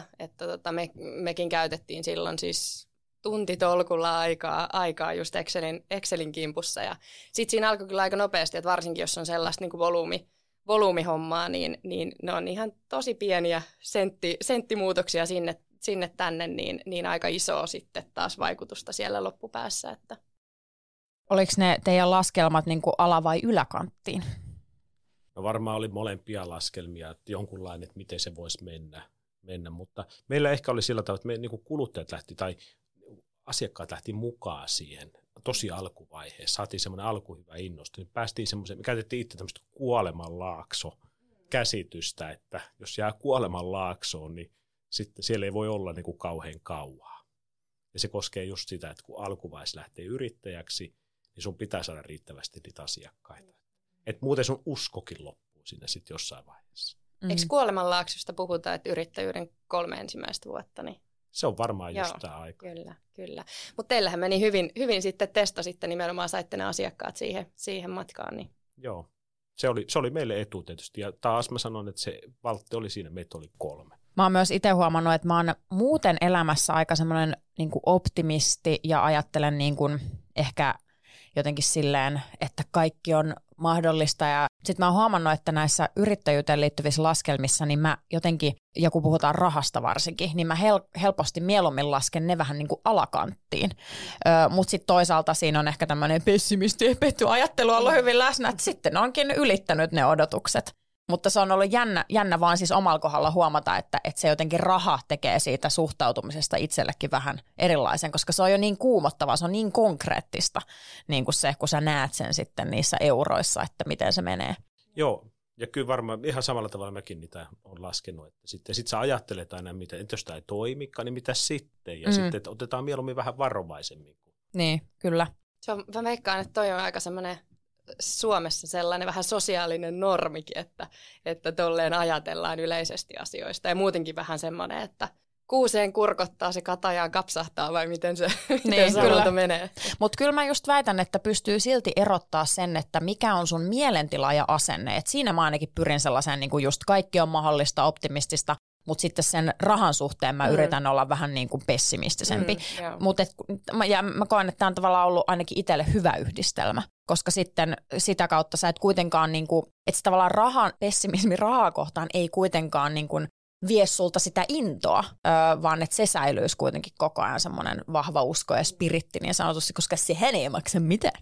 mekin käytettiin silloin siis tuntitolkulla aikaa just Excelin kimpussa. Ja sitten siinä alkoi kyllä aika nopeasti, että varsinkin jos on sellaista niin kuin volyymihommaa, niin ne on ihan tosi pieniä senttimuutoksia sinne tänne, niin aika isoa sitten taas vaikutusta siellä loppupäässä. Että. Oliko ne teidän laskelmat niin kuin ala- vai yläkanttiin? No varmaan oli molempia laskelmia, että jonkunlainen, että miten se voisi mennä, mutta meillä ehkä oli sillä tavalla, että me niin kuin kuluttajat lähti tai asiakkaat lähti mukaan siihen tosi alkuvaiheessa. Saatiin semmoinen alkuhyvä innostus. Me käytettiin itse tämmöistä kuolemanlaakso-käsitystä, että jos jää kuolemanlaaksoon, niin sitten siellä ei voi olla niin kuin kauhean kauaa. Ja se koskee just sitä, että kun alkuvaiheessa lähtee yrittäjäksi, niin sun pitää saada riittävästi niitä asiakkaita. Et muuten sun uskokin loppuu sinne sitten jossain vaiheessa. Eikö kuolemanlaaksosta puhuta, että yrittäjyyden 3 ensimmäistä vuotta? Niin. Se on varmaan just tämä aika. Kyllä. Mutta teillähän meni hyvin sitten testasitte nimenomaan, saitte ne asiakkaat siihen matkaan. Niin. Joo, se oli meille etu tietysti. Ja taas mä sanon, että se valtti oli siinä, meitä oli 3. Mä oon myös itse huomannut, että mä oon muuten elämässä aika semmoinen niin kuin optimisti ja ajattelen niin kuin ehkä jotenkin silleen, että kaikki on mahdollista. Ja sitten mä oon huomannut, että näissä yrittäjyyteen liittyvissä laskelmissa, niin mä jotenkin, ja kun puhutaan rahasta varsinkin, niin mä helposti mieluummin lasken ne vähän niin kuin alakanttiin. Mutta sitten toisaalta siinä on ehkä tämmöinen pessimisti ja petty-ajattelu ollut hyvin läsnä, että sitten onkin ylittänyt ne odotukset. Mutta se on ollut jännä vaan siis omalla kohdalla huomata, että se jotenkin raha tekee siitä suhtautumisesta itsellekin vähän erilaisen, koska se on jo niin kuumottavaa, se on niin konkreettista, niin kuin se, kun sä näet sen sitten niissä euroissa, että miten se menee. Joo, ja kyllä varmaan ihan samalla tavalla mäkin niitä on laskenut, että sitten sä ajattelet aina, että jos tämä ei toimikaan, niin mitä sitten? Ja sitten että otetaan mieluummin vähän varovaisemmin. Niin, kyllä. Mä veikkaan, että toi on aika semmoinen Suomessa sellainen vähän sosiaalinen normikin, että tolleen ajatellaan yleisesti asioista. Ja muutenkin vähän semmoinen, että kuuseen kurkottaa, se katajaan kapsahtaa vai miten se sanonta menee. Mutta kyllä mä just väitän, että pystyy silti erottaa sen, että mikä on sun mielentila ja asenne. Et siinä mä ainakin pyrin sellaiseen, niin kuin just kaikki on mahdollista, optimistista, mutta sitten sen rahan suhteen mä yritän olla vähän niin kuin pessimistisempi. Mä koen, että tämä on tavallaan ollut ainakin itselle hyvä yhdistelmä, koska sitten sitä kautta sä et kuitenkaan, niin kuin, että tavallaan pessimismi rahaa kohtaan ei kuitenkaan niin kuin vie sulta sitä intoa, vaan että se säilyisi kuitenkin koko ajan semmoinen vahva usko ja spiritti niin sanotusti, koska sehän ei maksa mitään.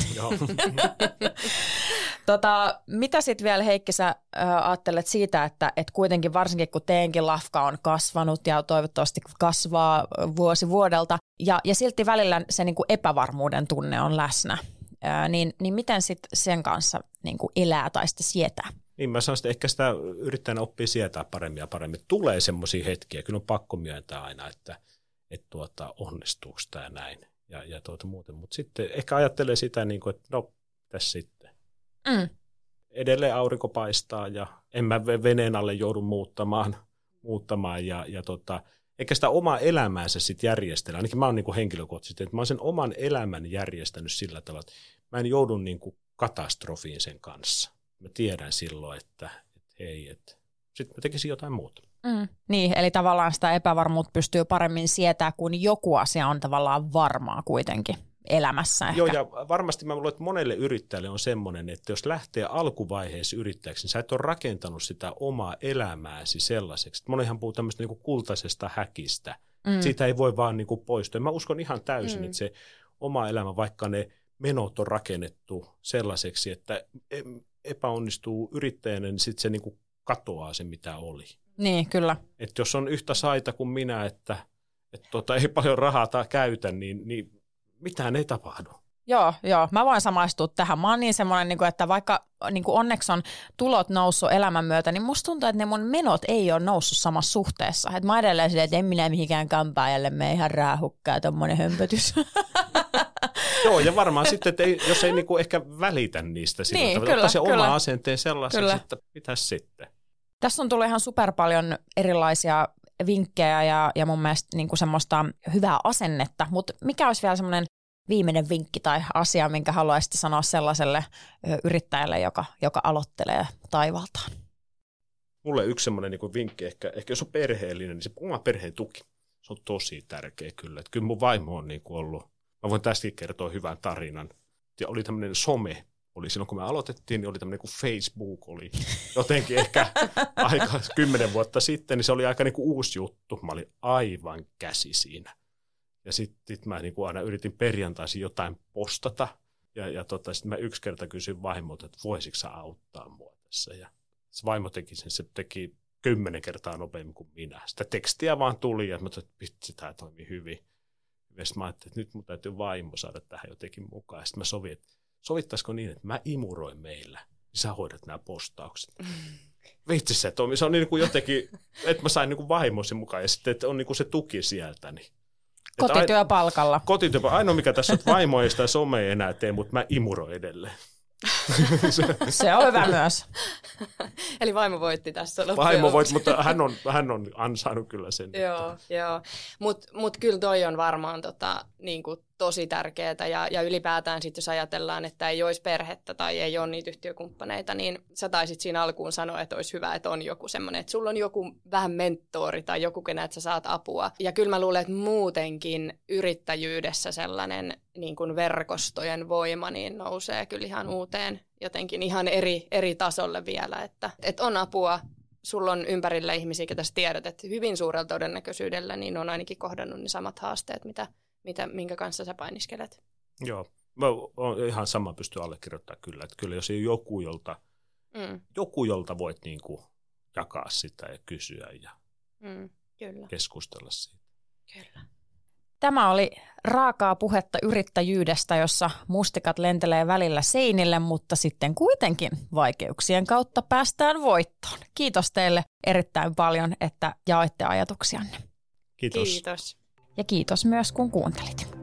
Mitä sitten vielä Heikki sä ajattelet siitä, että kuitenkin varsinkin kun teidänkin lafka on kasvanut ja toivottavasti kasvaa vuosi vuodelta ja silti välillä se niinku epävarmuuden tunne on läsnä, niin miten sitten sen kanssa niinku elää tai sitten sietää? Niin mä sanoisin, että ehkä sitä yrittäjänä oppii sietää paremmin ja paremmin. Tulee semmoisia hetkiä, kyllä on pakko myöntää aina, että onnistuuko tämä näin ja muuten. Mutta sitten ehkä ajattelee sitä, niin kuin, että no, tässä sitten. Edelleen aurinko paistaa ja en mä veneen alle joudu muuttamaan ja eikä sitä omaa elämäänsä sitten järjestellä. Ainakin mä oon niin kuin henkilökohtaisesti, että mä oon sen oman elämän järjestänyt sillä tavalla, että mä en joudu niin kuin katastrofiin sen kanssa. Mä tiedän silloin, että sitten mä tekisin jotain muuta. Niin, eli tavallaan sitä epävarmuutta pystyy paremmin sietää, kun joku asia on tavallaan varmaa kuitenkin elämässä ehkä. Joo, ja varmasti mä luulen, että monelle yrittäjälle on semmoinen, että jos lähtee alkuvaiheessa yrittäjäksi, niin sä et ole rakentanut sitä omaa elämääsi sellaiseksi. Monenhan puhuu tämmöistä niin kultaisesta häkistä. Siitä ei voi vaan niin kuin poistua. Mä uskon ihan täysin, että se oma elämä, vaikka ne menot on rakennettu sellaiseksi, että epäonnistuu yrittäjänä, niin sitten se niin kuin katoaa se, mitä oli. Niin, kyllä. Että jos on yhtä saita kuin minä, että ei paljon rahaa käytä, niin mitään ei tapahdu. Joo, mä voin samaistua tähän. Mä oon niin semmoinen, että vaikka onneksi on tulot noussut elämän myötä, niin musta tuntuu, että ne mun menot ei ole noussut samassa suhteessa. Että mä edelleen silleen, että en minä mihinkään kampaajalle mene ihan räähukkaa tommonen hömpötys. Joo, ja varmaan sitten, että jos ei niinku ehkä välitä niistä sillä tavalla, ottaa se oma asenteen sellaiseksi, että mitäs sitten. Tässä on tullut ihan super paljon erilaisia vinkkejä ja mun mielestä niinku semmoista hyvää asennetta, mutta mikä olisi vielä semmoinen viimeinen vinkki tai asia, minkä haluaisitte sanoa sellaiselle yrittäjälle, joka aloittelee taivaltaan? Mulle yksi semmoinen niin vinkki, ehkä jos on perheellinen, niin se oma perheen tuki, se on tosi tärkeä kyllä. Että kyllä mun vaimo on niin kuin ollut, mä voin tästäkin kertoa hyvän tarinan. Ja oli tämmöinen some, oli silloin kun me aloitettiin, niin oli tämmöinen kuin Facebook, oli jotenkin ehkä aika 10 vuotta sitten, niin se oli aika niin kuin uusi juttu. Mä olin aivan käsi siinä. Ja sitten mä niin kuin aina yritin perjantaisin jotain postata. Ja sitten mä yksi kerta kysyin vaimolta, että voisitko sä auttaa mua tässä. Ja se vaimo teki sen, se teki 10 kertaa nopeammin kuin minä. Sitä tekstiä vaan tuli ja mä ajattelin, että vitsi, tämä toimii hyvin. Ja sitten mä ajattelin, että nyt mun täytyy vaimo saada tähän jotenkin mukaan. Ja sitten mä sovin, että sovittaisiko niin, että mä imuroin meillä, niin sä hoidat nämä postaukset. Vitsi se toimi. Se on niin kuin jotenkin, että mä sain niin kuin vaimosi mukaan ja sitten että on niin kuin se tuki sieltä. Niin. Kotityöpalkalla. Ainoa mikä tässä on, että vaimo ei sitä somea enää tee, mutta mä imuroin edelleen. Se on hyvä myös. Eli vaimo voitti tässä. Vaimo voitti, mutta hän on ansainnut kyllä sen. Joo. Mut kyllä toi on varmaan niinku tosi tärkeää ja ylipäätään sitten jos ajatellaan, että ei olisi perhettä tai ei ole niitä yhtiökumppaneita, niin sä taisit siinä alkuun sanoa, että olisi hyvä, että on joku semmoinen, että sulla on joku vähän mentori tai joku, keneltä sä saat apua. Ja kyllä mä luulen, että muutenkin yrittäjyydessä sellainen niin kuin verkostojen voima niin nousee kyllä ihan uuteen, jotenkin ihan eri tasolle vielä, että on apua, sulla on ympärillä ihmisiä, ketä sä tiedät, että hyvin suurella todennäköisyydellä niin on ainakin kohdannut ne samat haasteet, minkä kanssa sä painiskelet. Joo, mä oon ihan sama pysty allekirjoittamaan kyllä, että kyllä jos ei joku, jolta voit niin kuin jakaa sitä ja kysyä ja kyllä. keskustella siitä. Kyllä. Tämä oli raakaa puhetta yrittäjyydestä, jossa mustikat lentelee välillä seinille, mutta sitten kuitenkin vaikeuksien kautta päästään voittoon. Kiitos teille erittäin paljon, että jaoitte ajatuksianne. Kiitos. Kiitos. Ja kiitos myös, kun kuuntelit.